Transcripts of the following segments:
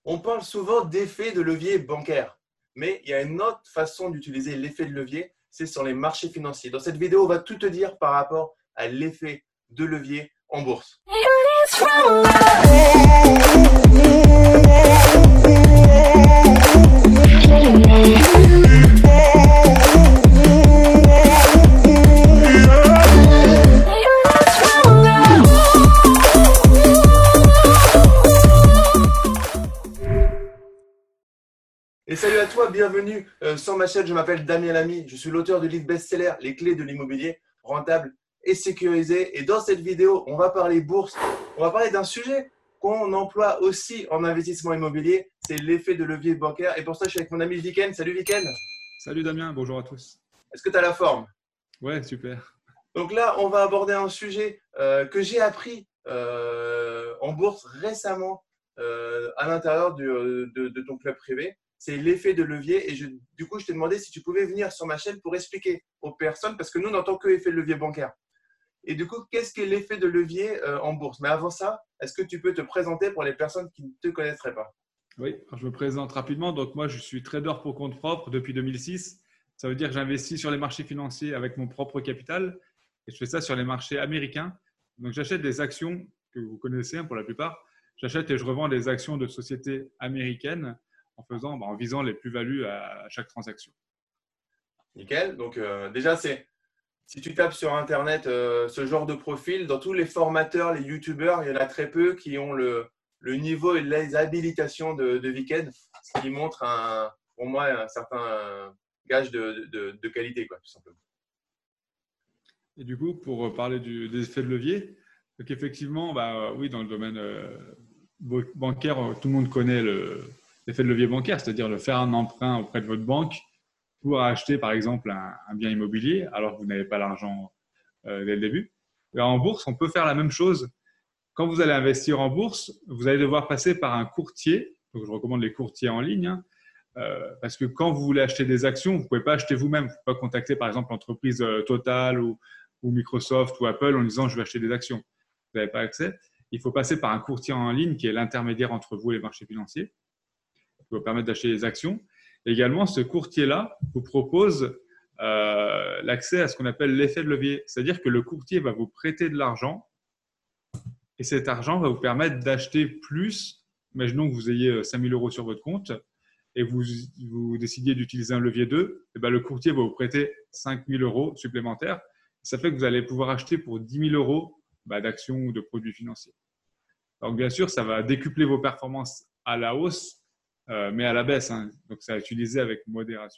On parle souvent d'effet de levier bancaire, mais il y a une autre façon d'utiliser l'effet de levier, c'est sur les marchés financiers. Dans cette vidéo, on va tout te dire par rapport à l'effet de levier en bourse. Et salut à toi, bienvenue sur ma chaîne. Je m'appelle Damien Lamy, je suis l'auteur du livre best-seller Les clés de l'immobilier rentable et sécurisé. Et dans cette vidéo, on va parler bourse. On va parler d'un sujet qu'on emploie aussi en investissement immobilier, c'est l'effet de levier bancaire. Et pour ça, je suis avec mon ami Viken. Salut Viken. Salut Damien, bonjour à tous. Est-ce que tu as la forme? Ouais, super. Donc là, on va aborder un sujet que j'ai appris en bourse récemment à l'intérieur de ton club privé. C'est l'effet de levier. Et du coup, je t'ai demandé si tu pouvais venir sur ma chaîne pour expliquer aux personnes, parce que nous n'entendons que effet de levier bancaire. Et du coup, qu'est-ce qu'est l'effet de levier en bourse? Mais avant ça, est-ce que tu peux te présenter pour les personnes qui ne te connaîtraient pas? Oui, alors je me présente rapidement. Donc moi, je suis trader pour compte propre depuis 2006. Ça veut dire que j'investis sur les marchés financiers avec mon propre capital et je fais ça sur les marchés américains. Donc j'achète des actions que vous connaissez pour la plupart. J'achète et je revends des actions de sociétés américaines en visant les plus-values à chaque transaction. Nickel. Donc déjà, si tu tapes sur Internet ce genre de profil, dans tous les formateurs, les youtubeurs, il y en a très peu qui ont le niveau et les habilitations de Viken, ce qui montre pour moi un certain gage de qualité, quoi, tout simplement. Et du coup, pour parler des effets de levier, donc effectivement, oui, dans le domaine bancaire, tout le monde connaît l'effet de levier bancaire, c'est-à-dire de faire un emprunt auprès de votre banque pour acheter, par exemple, un bien immobilier alors que vous n'avez pas l'argent dès le début. Et en bourse, on peut faire la même chose. Quand vous allez investir en bourse, vous allez devoir passer par un courtier. Donc, je recommande les courtiers en ligne, hein, parce que quand vous voulez acheter des actions, vous ne pouvez pas acheter vous-même. Vous ne pouvez pas contacter, par exemple, l'entreprise Total ou Microsoft ou Apple en disant « je vais acheter des actions ». Vous n'avez pas accès. Il faut passer par un courtier en ligne qui est l'intermédiaire entre vous et les marchés financiers, qui va vous permettre d'acheter des actions. Également, ce courtier-là vous propose l'accès à ce qu'on appelle l'effet de levier. C'est-à-dire que le courtier va vous prêter de l'argent et cet argent va vous permettre d'acheter plus. Imaginons que vous ayez 5 000 € sur votre compte et vous décidiez d'utiliser un levier 2, et le courtier va vous prêter 5 000 € supplémentaires. Ça fait que vous allez pouvoir acheter pour 10 000 € d'actions ou de produits financiers. Donc, bien sûr, ça va décupler vos performances à la hausse, mais à la baisse. Hein. Donc, c'est à utiliser avec modération.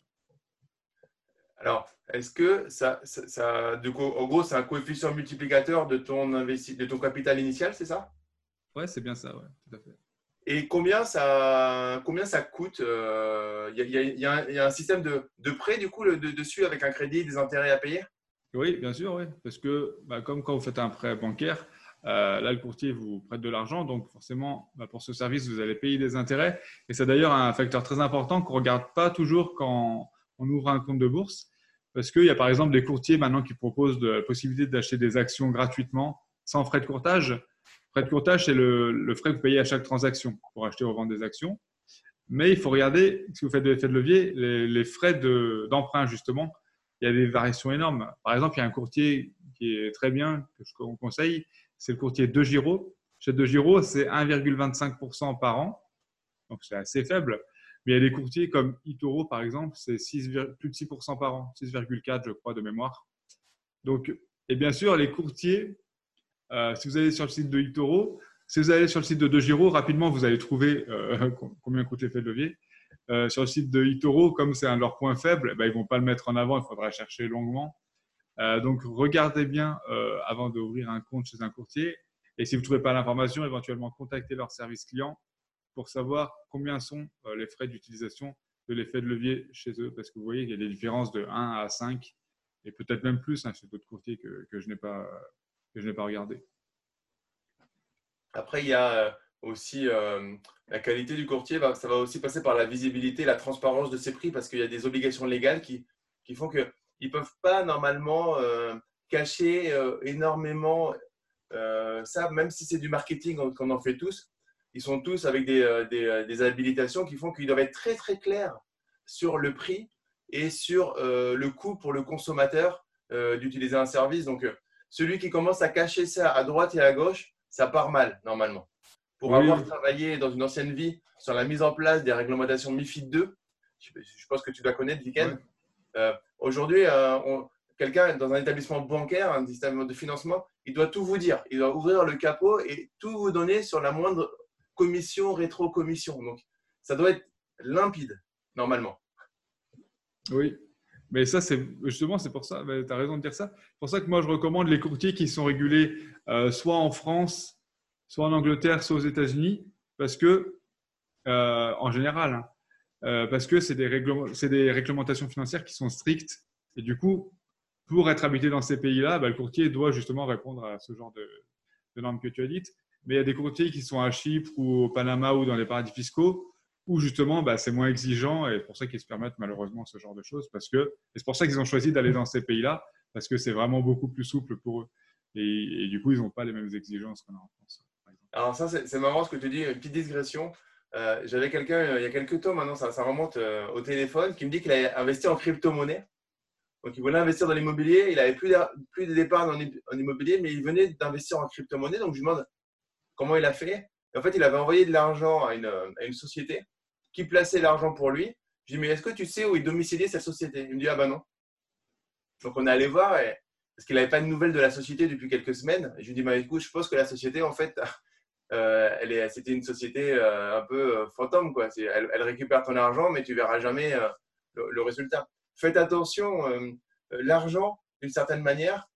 Alors, est-ce que du coup, en gros, c'est un coefficient multiplicateur de ton capital initial, c'est ça? Ouais, c'est bien ça, ouais, tout à fait. Et combien ça coûte? Il y a un système de prêt du coup dessus avec un crédit, des intérêts à payer? Oui, bien sûr, oui. Parce que comme quand vous faites un prêt bancaire, là, le courtier vous prête de l'argent. Donc, forcément, pour ce service, vous allez payer des intérêts. Et c'est d'ailleurs un facteur très important qu'on ne regarde pas toujours quand on ouvre un compte de bourse. Parce qu'il y a par exemple des courtiers maintenant qui proposent la possibilité d'acheter des actions gratuitement sans frais de courtage. Frais de courtage, c'est le frais que vous payez à chaque transaction pour acheter ou revendre des actions. Mais il faut regarder, si vous faites de l'effet de levier, les frais d'emprunt, justement. Il y a des variations énormes. Par exemple, il y a un courtier qui est très bien, que je vous conseille, c'est le courtier DEGIRO. Chez DEGIRO, c'est 1,25% par an, donc c'est assez faible. Mais il y a des courtiers comme eToro, par exemple, c'est plus de 6% par an, 6,4% je crois de mémoire. Donc, et bien sûr, les courtiers, si vous allez sur le site de eToro, si vous allez sur le site de DEGIRO, rapidement, vous allez trouver combien coûte l'effet de levier. Sur le site de eToro, comme c'est un de leurs points faibles, ils ne vont pas le mettre en avant, il faudra chercher longuement. Donc, regardez bien avant d'ouvrir un compte chez un courtier. Et si vous ne trouvez pas l'information, éventuellement contactez leur service client pour savoir combien sont les frais d'utilisation de l'effet de levier chez eux. Parce que vous voyez qu'il y a des différences de 1 à 5 et peut-être même plus chez d'autres courtiers que je n'ai pas regardé. Après, il y a aussi la qualité du courtier. Ça va aussi passer par la visibilité, la transparence de ses prix parce qu'il y a des obligations légales qui font qu'ils ne peuvent pas normalement cacher énormément ça, même si c'est du marketing qu'on en fait tous. ils sont tous avec des habilitations qui font qu'ils doivent être très, très clairs sur le prix et sur le coût pour le consommateur d'utiliser un service. Donc, celui qui commence à cacher ça à droite et à gauche, ça part mal, normalement. Pour avoir Oui, travaillé dans une ancienne vie sur la mise en place des réglementations MIFID 2, je pense que tu dois connaître, Viken. ouais. Aujourd'hui, quelqu'un dans un établissement bancaire, un système de financement, il doit tout vous dire. Il doit ouvrir le capot et tout vous donner sur la moindre commission, rétro-commission. Donc, ça doit être limpide, normalement. Oui, mais ça, c'est pour ça, tu as raison de dire ça. C'est pour ça que moi, je recommande les courtiers qui sont régulés soit en France, soit en Angleterre, soit aux États-Unis, parce que, en général, hein, parce que c'est des réglementations financières qui sont strictes. Et du coup, pour être habité dans ces pays-là, bah, le courtier doit justement répondre à ce genre de normes que tu as dites. Mais il y a des courtiers qui sont à Chypre ou au Panama ou dans les paradis fiscaux où justement bah, c'est moins exigeant et c'est pour ça qu'ils se permettent malheureusement ce genre de choses et c'est pour ça qu'ils ont choisi d'aller dans ces pays-là parce que c'est vraiment beaucoup plus souple pour eux et du coup ils n'ont pas les mêmes exigences qu'on a en France, par exemple. Alors ça, c'est marrant ce que tu dis, une petite digression. J'avais quelqu'un il y a quelques temps maintenant, ça remonte au téléphone, qui me dit qu'il a investi en crypto-monnaie. Donc il voulait investir dans l'immobilier, il n'avait plus de départ en immobilier, mais il venait d'investir en crypto-monnaie. Donc je lui demande comment il a fait. Et en fait, il avait envoyé de l'argent à une société qui plaçait l'argent pour lui. Je lui dis, mais est-ce que tu sais où est domiciliée cette société? Il me dit, ah ben non. Donc on est allé voir, parce qu'il n'avait pas de nouvelles de la société depuis quelques semaines. Et je lui dis, bah, écoute, je pense que la société, en fait, c'était une société un peu fantôme, quoi. Elle récupère ton argent, mais tu ne verras jamais le résultat. Faites attention, l'argent, d'une certaine manière,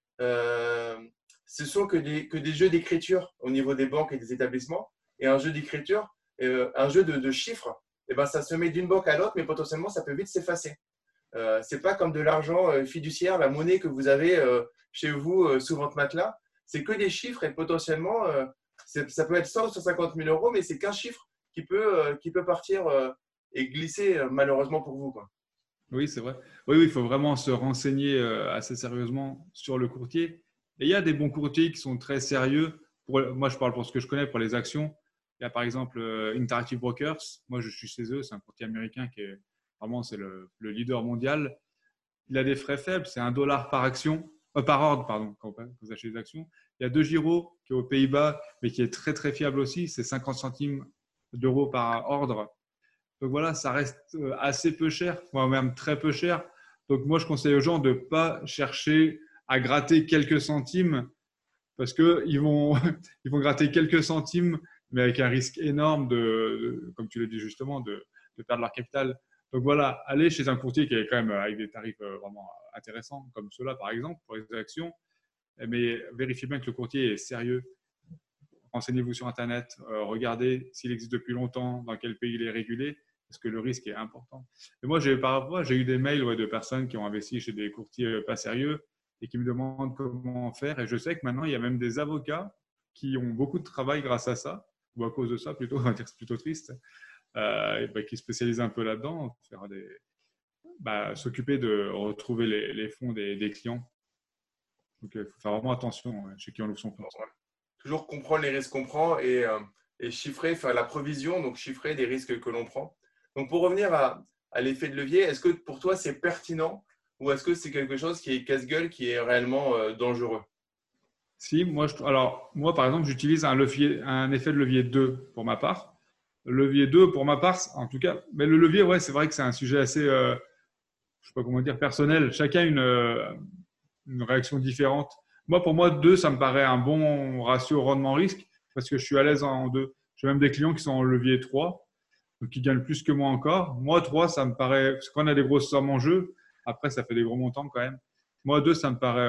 ce sont que des jeux d'écriture au niveau des banques et des établissements. Et un jeu d'écriture, un jeu de chiffres, et ben, ça se met d'une banque à l'autre, mais potentiellement, ça peut vite s'effacer. Ce n'est pas comme de l'argent fiduciaire, la monnaie que vous avez chez vous sous votre matelas. C'est que des chiffres et potentiellement, ça peut être 100 ou 150 000 euros, mais c'est qu'un chiffre qui peut partir et glisser malheureusement pour vous, quoi. Oui, c'est vrai. Oui, oui, il faut vraiment se renseigner assez sérieusement sur le courtier. Et il y a des bons courtiers qui sont très sérieux. Moi, je parle pour ce que je connais, pour les actions. Il y a par exemple Interactive Brokers. Moi, je suis chez eux. C'est un courtier américain qui est vraiment c'est le leader mondial. Il a des frais faibles. C'est $1 par action, par ordre, pardon, quand vous achetez des actions. Il y a DEGIRO qui est aux Pays-Bas, mais qui est très, très fiable aussi. C'est 50 centimes d'euros par ordre. Donc voilà, ça reste assez peu cher, voire même très peu cher. Donc moi, je conseille aux gens de ne pas chercher à gratter quelques centimes parce qu'ils vont, ils vont gratter quelques centimes, mais avec un risque énorme comme tu l'as dit justement, de perdre leur capital. Donc voilà, allez chez un courtier qui est quand même avec des tarifs vraiment intéressants, comme ceux-là par exemple, pour les actions, mais vérifiez bien que le courtier est sérieux. Renseignez-vous sur Internet, regardez s'il existe depuis longtemps, dans quel pays il est régulé, parce que le risque est important. Et moi, parfois, j'ai eu des mails de personnes qui ont investi chez des courtiers pas sérieux et qui me demandent comment faire. Et je sais que maintenant, il y a même des avocats qui ont beaucoup de travail grâce à ça, ou à cause de ça plutôt, on va dire que c'est plutôt triste, qui spécialisent un peu là-dedans, s'occuper de retrouver les fonds des clients. Donc, il faut faire vraiment attention chez qui on ouvre son compte. Toujours comprendre les risques qu'on prend et chiffrer, faire la provision, donc chiffrer des risques que l'on prend. Donc pour revenir à l'effet de levier, est-ce que pour toi c'est pertinent ou est-ce que c'est quelque chose qui est casse-gueule, qui est réellement dangereux? Si, moi, par exemple, j'utilise un effet de levier 2 pour ma part. Le levier 2, pour ma part, en tout cas, mais le levier, ouais, c'est vrai que c'est un sujet assez, je sais pas comment dire, personnel. Chacun a une réaction différente. Pour moi, 2, ça me paraît un bon ratio rendement-risque parce que je suis à l'aise en 2. J'ai même des clients qui sont en levier 3, donc qui gagnent plus que moi encore. Moi, 3, ça me paraît, parce qu'on a des grosses sommes en jeu, après, ça fait des gros montants quand même. Moi, 2,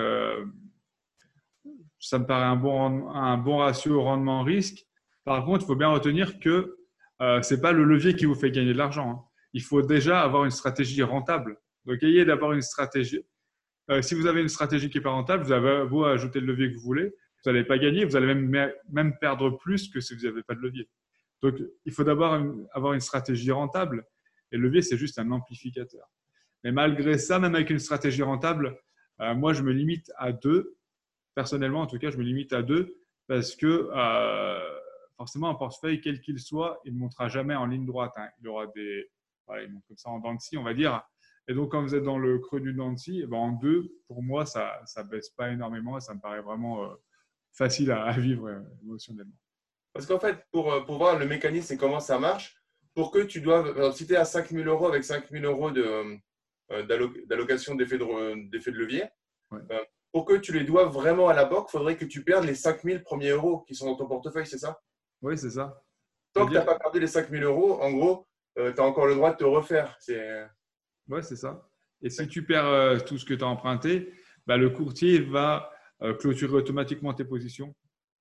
ça me paraît un bon ratio rendement-risque. Par contre, il faut bien retenir que ce n'est pas le levier qui vous fait gagner de l'argent, hein. Il faut déjà avoir une stratégie rentable. Donc, ayez d'abord une stratégie. Si vous avez une stratégie qui n'est pas rentable, vous avez beau ajouter le levier que vous voulez, vous n'allez pas gagner, vous allez même perdre plus que si vous n'avez pas de levier. Donc, il faut d'abord avoir une stratégie rentable et le levier, c'est juste un amplificateur. Mais malgré ça, même avec une stratégie rentable, moi, je me limite à 2. Personnellement, en tout cas, je me limite à 2 parce que, forcément, un portefeuille, quel qu'il soit, il ne montera jamais en ligne droite, hein. Il aura voilà, il monte comme ça en dents de scie, on va dire. Et donc, quand vous êtes dans le creux du dent de scie, ben, en deux, pour moi, ça ne baisse pas énormément et ça me paraît vraiment facile à vivre émotionnellement. Parce qu'en fait, pour voir le mécanisme et comment ça marche, pour que tu doives, si tu es à 5 000 euros avec 5 000 euros d'allocation d'effet de levier, Ouais. pour que tu les doives vraiment à la banque, il faudrait que tu perdes les 5 000 premiers euros qui sont dans ton portefeuille, c'est ça? Oui, c'est ça. Tant que tu n'as C'est-à-dire, pas perdu les 5 000 euros, en gros, tu as encore le droit de te refaire. ouais, c'est ça. Et si tu perds tout ce que tu as emprunté, bah, le courtier va clôturer automatiquement tes positions.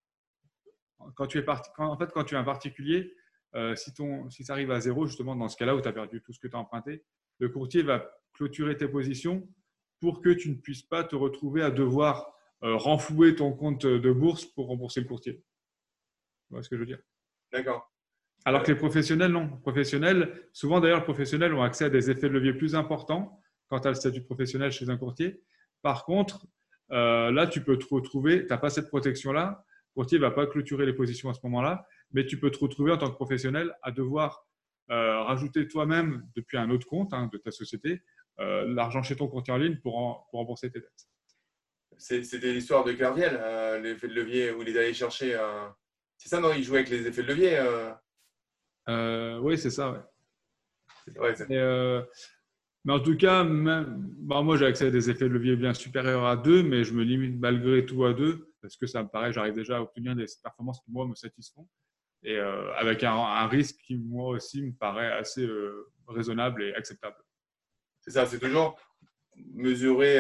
Quand tu es en fait, quand tu es un particulier, si ça arrive à zéro, justement, dans ce cas-là où tu as perdu tout ce que tu as emprunté, le courtier va clôturer tes positions pour que tu ne puisses pas te retrouver à devoir renflouer ton compte de bourse pour rembourser le courtier. Tu vois ce que je veux dire? D'accord. Alors que les professionnels, non. Les professionnels, souvent d'ailleurs, les professionnels ont accès à des effets de levier plus importants quant à le statut professionnel chez un courtier. Par contre, là, tu peux te retrouver, tu n'as pas cette protection-là. Le courtier ne va pas clôturer les positions à ce moment-là, mais tu peux te retrouver en tant que professionnel à devoir rajouter toi-même, depuis un autre compte de ta société, l'argent chez ton courtier en ligne pour rembourser tes dettes. C'était l'histoire de Kerviel, l'effet de levier où il est allé chercher. C'est ça, non? Il jouait avec les effets de levier. Oui, c'est ça. Ouais, Ouais. Mais en tout cas, moi, j'ai accès à des effets de levier bien supérieurs à 2, mais je me limite malgré tout à 2 parce que ça me paraît, j'arrive déjà à obtenir des performances qui, moi, me satisfont et avec un risque qui, moi aussi, me paraît assez raisonnable et acceptable. c'est ça, c'est toujours mesurer,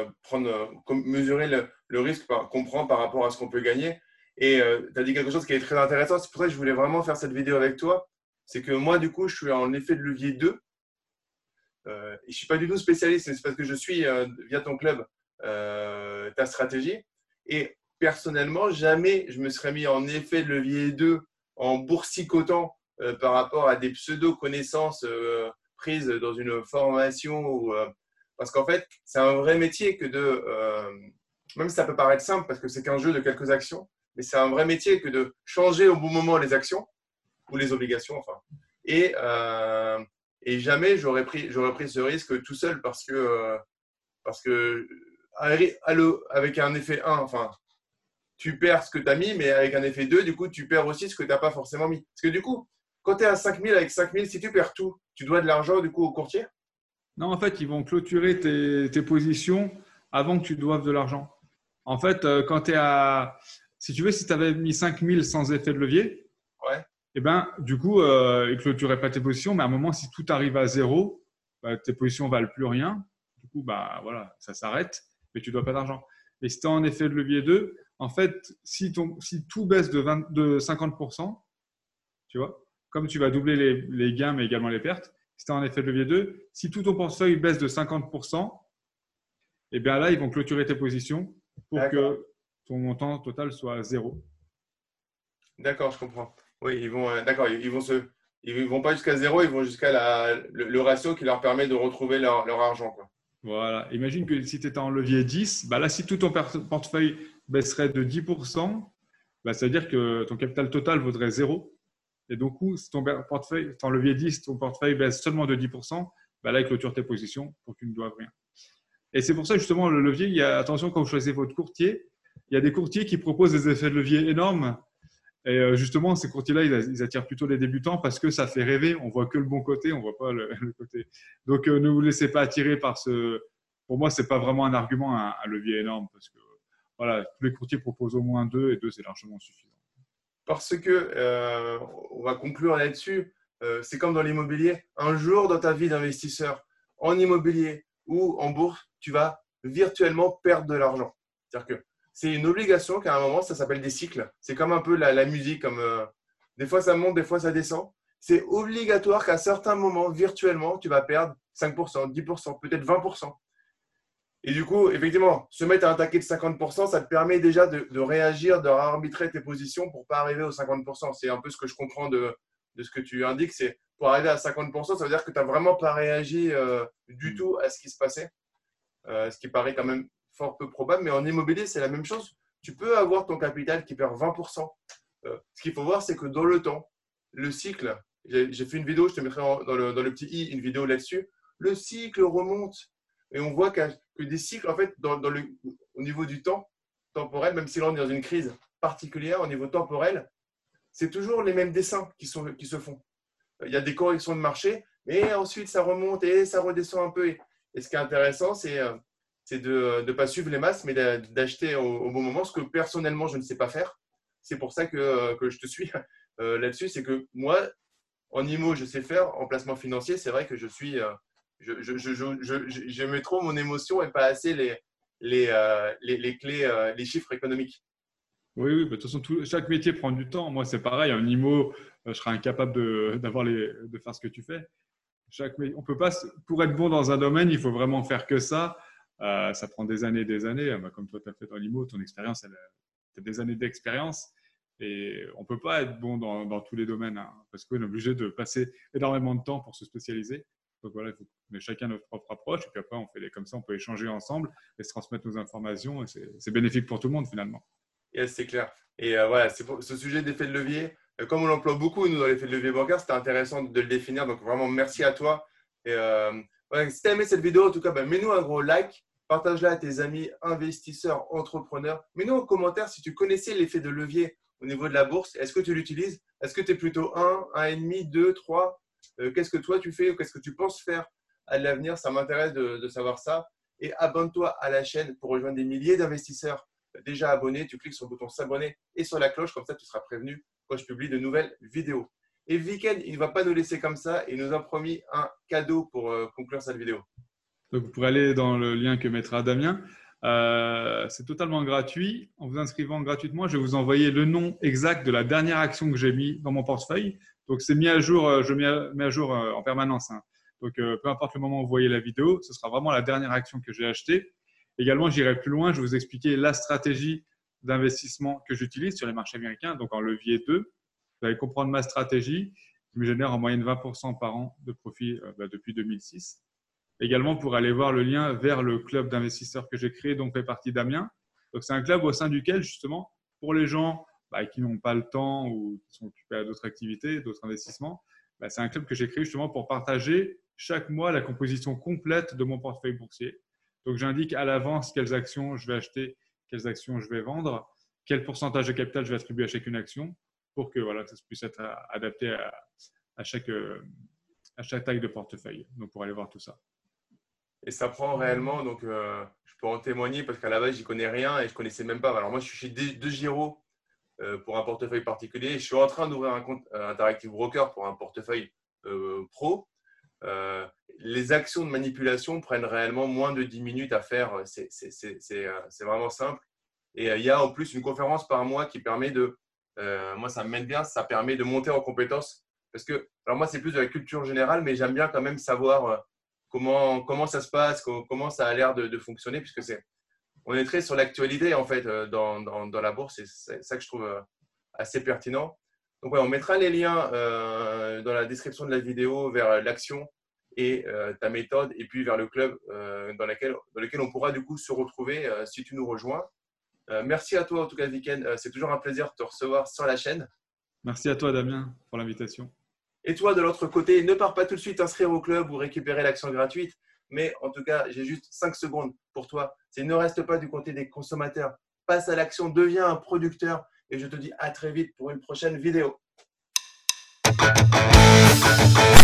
mesurer le risque qu'on prend par rapport à ce qu'on peut gagner. Et tu as dit quelque chose qui est très intéressant. C'est pour ça que je voulais vraiment faire cette vidéo avec toi. C'est que moi, du coup, je suis en effet de levier 2. Et je ne suis pas du tout spécialiste, mais c'est parce que je suis, via ton club, ta stratégie. Et personnellement, jamais je me serais mis en effet de levier 2 en boursicotant par rapport à des pseudo-connaissances prises dans une formation. Parce qu'en fait, c'est un vrai métier même si ça peut paraître simple parce que c'est qu'un jeu de quelques actions, mais c'est un vrai métier que de changer au bon moment les actions ou les obligations, enfin. Et, et jamais j'aurais pris ce risque tout seul parce que avec un effet 1, enfin, tu perds ce que tu as mis, mais avec un effet 2, du coup, tu perds aussi ce que tu n'as pas forcément mis. Parce que du coup, quand tu es à 5 000 avec 5 000, si tu perds tout, tu dois de l'argent du coup au courtier? Non, en fait, ils vont clôturer tes positions avant que tu doives de l'argent. En fait, quand tu es à. Si tu veux, si tu avais mis 5000 sans effet de levier, Ouais, eh ben, du coup, ils ne clôturaient pas tes positions, mais à un moment, si tout arrive à zéro, bah, tes positions ne valent plus rien. Du coup, bah, voilà, ça s'arrête, mais tu ne dois pas d'argent. Et si tu as en effet de levier 2, en fait, si tout baisse de 50%, tu vois, comme tu vas doubler les gains, mais également les pertes, si tu as en effet de levier 2, si tout ton portefeuille baisse de 50%, eh bien là, ils vont clôturer tes positions pour d'accord. que ton montant total soit zéro. D'accord, je comprends. Oui, d'accord, ils vont pas jusqu'à zéro, ils vont jusqu'à le ratio qui leur permet de retrouver leur argent, quoi. Voilà. Imagine que si tu étais en levier 10, bah là, si tout ton portefeuille baisserait de 10%, bah, c'est-à-dire que ton capital total vaudrait zéro. Et donc, si ton portefeuille, ton levier 10, ton portefeuille baisse seulement de 10%, bah là, il clôture tes positions pour que tu ne doives rien. Et c'est pour ça, justement, le levier, attention quand vous choisissez votre courtier, il y a des courtiers qui proposent des effets de levier énormes. Et justement, ces courtiers-là, ils attirent plutôt les débutants parce que ça fait rêver. On voit que le bon côté, on voit pas le côté. Donc, ne vous laissez pas attirer par ce. Pour moi, c'est pas vraiment un argument, un levier énorme parce que voilà, tous les courtiers proposent au moins deux et deux, c'est largement suffisant. Parce que, on va conclure là-dessus, c'est comme dans l'immobilier. Un jour dans ta vie d'investisseur, en immobilier ou en bourse, tu vas virtuellement perdre de l'argent. C'est-à-dire que c'est une obligation qu'à un moment, ça s'appelle des cycles. C'est comme un peu la musique, des fois ça monte, des fois ça descend. C'est obligatoire qu'à certains moments, virtuellement, tu vas perdre 5%, 10%, peut-être 20%. Et du coup, effectivement, se mettre à attaquer de 50%, ça te permet déjà de réagir, de réarbitrer tes positions pour ne pas arriver aux 50%. C'est un peu ce que je comprends de ce que tu indiques. C'est pour arriver à 50%, ça veut dire que tu n'as vraiment pas réagi du tout à ce qui se passait, ce qui paraît quand même fort peu probable. Mais en immobilier, c'est la même chose. Tu peux avoir ton capital qui perd 20%. Ce qu'il faut voir, c'est que dans le temps, le cycle, j'ai fait une vidéo, je te mettrai dans le petit i une vidéo là-dessus, le cycle remonte et on voit que des cycles, en fait, au niveau du temps temporel, même si là on est dans une crise particulière, au niveau temporel, c'est toujours les mêmes dessins qui se font. Il y a des corrections de marché, mais ensuite ça remonte et ça redescend un peu. Et ce qui est intéressant, c'est de ne pas suivre les masses, mais d'acheter au bon moment, ce que personnellement je ne sais pas faire. C'est pour ça que je te suis là-dessus. C'est que moi, en IMO, je sais faire. En placement financier, c'est vrai que je mets trop mon émotion et pas assez les clés, les chiffres économiques. Oui, oui, bah, de toute façon, chaque métier prend du temps. Moi, c'est pareil. En IMO, je serais incapable de faire ce que tu fais. On peut pas, pour être bon dans un domaine, il faut vraiment faire que ça. Ça prend des années et des années. Bah, comme toi, tu as fait dans l'IMO, ton expérience, tu as des années d'expérience. Et on ne peut pas être bon dans tous les domaines hein, parce qu'on est obligé de passer énormément de temps pour se spécialiser. Donc voilà, il faut qu'on ait chacun notre propre approche. Et puis après, on fait comme ça, on peut échanger ensemble et se transmettre nos informations. Et c'est bénéfique pour tout le monde finalement. Yes, c'est clair. Et voilà, c'est pour ce sujet d'effet de levier. Comme on l'emploie beaucoup, nous, dans l'effet de levier bancaire, c'était intéressant de le définir. Donc, vraiment, merci à toi. Et ouais, si tu as aimé cette vidéo, en tout cas, mets-nous un gros like. Partage-la à tes amis investisseurs, entrepreneurs. Mets-nous en commentaire si tu connaissais l'effet de levier au niveau de la bourse. Est-ce que tu l'utilises? Est-ce que tu es plutôt 1, 1,5, 2, 3? Qu'est-ce que toi, tu fais ou qu'est-ce que tu penses faire à l'avenir? Ça m'intéresse de savoir ça. Et abonne-toi à la chaîne pour rejoindre des milliers d'investisseurs déjà abonnés. Tu cliques sur le bouton s'abonner et sur la cloche. Comme ça, tu seras prévenu quand je publie de nouvelles vidéos. Et Viken, il ne va pas nous laisser comme ça. Il nous a promis un cadeau pour conclure cette vidéo. Donc, vous pourrez aller dans le lien que mettra Damien. C'est totalement gratuit. En vous inscrivant gratuitement, je vais vous envoyer le nom exact de la dernière action que j'ai mis dans mon portefeuille. Donc, c'est mis à jour, je mets à jour en permanence. Hein. Donc, peu importe le moment où vous voyez la vidéo, ce sera vraiment la dernière action que j'ai achetée. Également, j'irai plus loin. Je vais vous expliquer la stratégie d'investissement que j'utilise sur les marchés américains, donc en levier 2. Vous allez comprendre ma stratégie qui me génère en moyenne 20% par an de profit depuis 2006. Également, pour aller voir le lien vers le club d'investisseurs que j'ai créé, dont fait partie Damien. Donc, c'est un club au sein duquel, justement, pour les gens qui n'ont pas le temps ou qui sont occupés à d'autres activités, d'autres investissements, c'est un club que j'ai créé justement pour partager chaque mois la composition complète de mon portefeuille boursier. Donc, j'indique à l'avance quelles actions je vais acheter, quelles actions je vais vendre, quel pourcentage de capital je vais attribuer à chacune action pour que ça puisse être adapté à chaque taille de portefeuille. Donc, pour aller voir tout ça. Et ça prend réellement, donc je peux en témoigner parce qu'à la base, j'y connais rien et je ne connaissais même pas. Alors moi, je suis chez DeGiro pour un portefeuille particulier. Je suis en train d'ouvrir un compte Interactive Broker pour un portefeuille pro. Les actions de manipulation prennent réellement moins de 10 minutes à faire. C'est vraiment simple. Et il y a en plus une conférence par mois qui permet moi, ça me mène bien, ça permet de monter en compétences. Parce que, alors moi, c'est plus de la culture générale, mais j'aime bien quand même savoir comment ça se passe, comment ça a l'air de fonctionner, puisque on est très sur l'actualité en fait dans la bourse, et c'est ça que je trouve assez pertinent. Donc, ouais, on mettra les liens dans la description de la vidéo vers l'action et ta méthode, et puis vers le club dans lequel on pourra du coup se retrouver si tu nous rejoins. Merci à toi en tout cas, Viken. C'est toujours un plaisir de te recevoir sur la chaîne. Merci à toi, Damien, pour l'invitation. Et toi, de l'autre côté, ne pars pas tout de suite t'inscrire au club ou récupérer l'action gratuite. Mais en tout cas, j'ai juste 5 secondes pour toi. C'est ne reste pas du côté des consommateurs. Passe à l'action, deviens un producteur. Et je te dis à très vite pour une prochaine vidéo.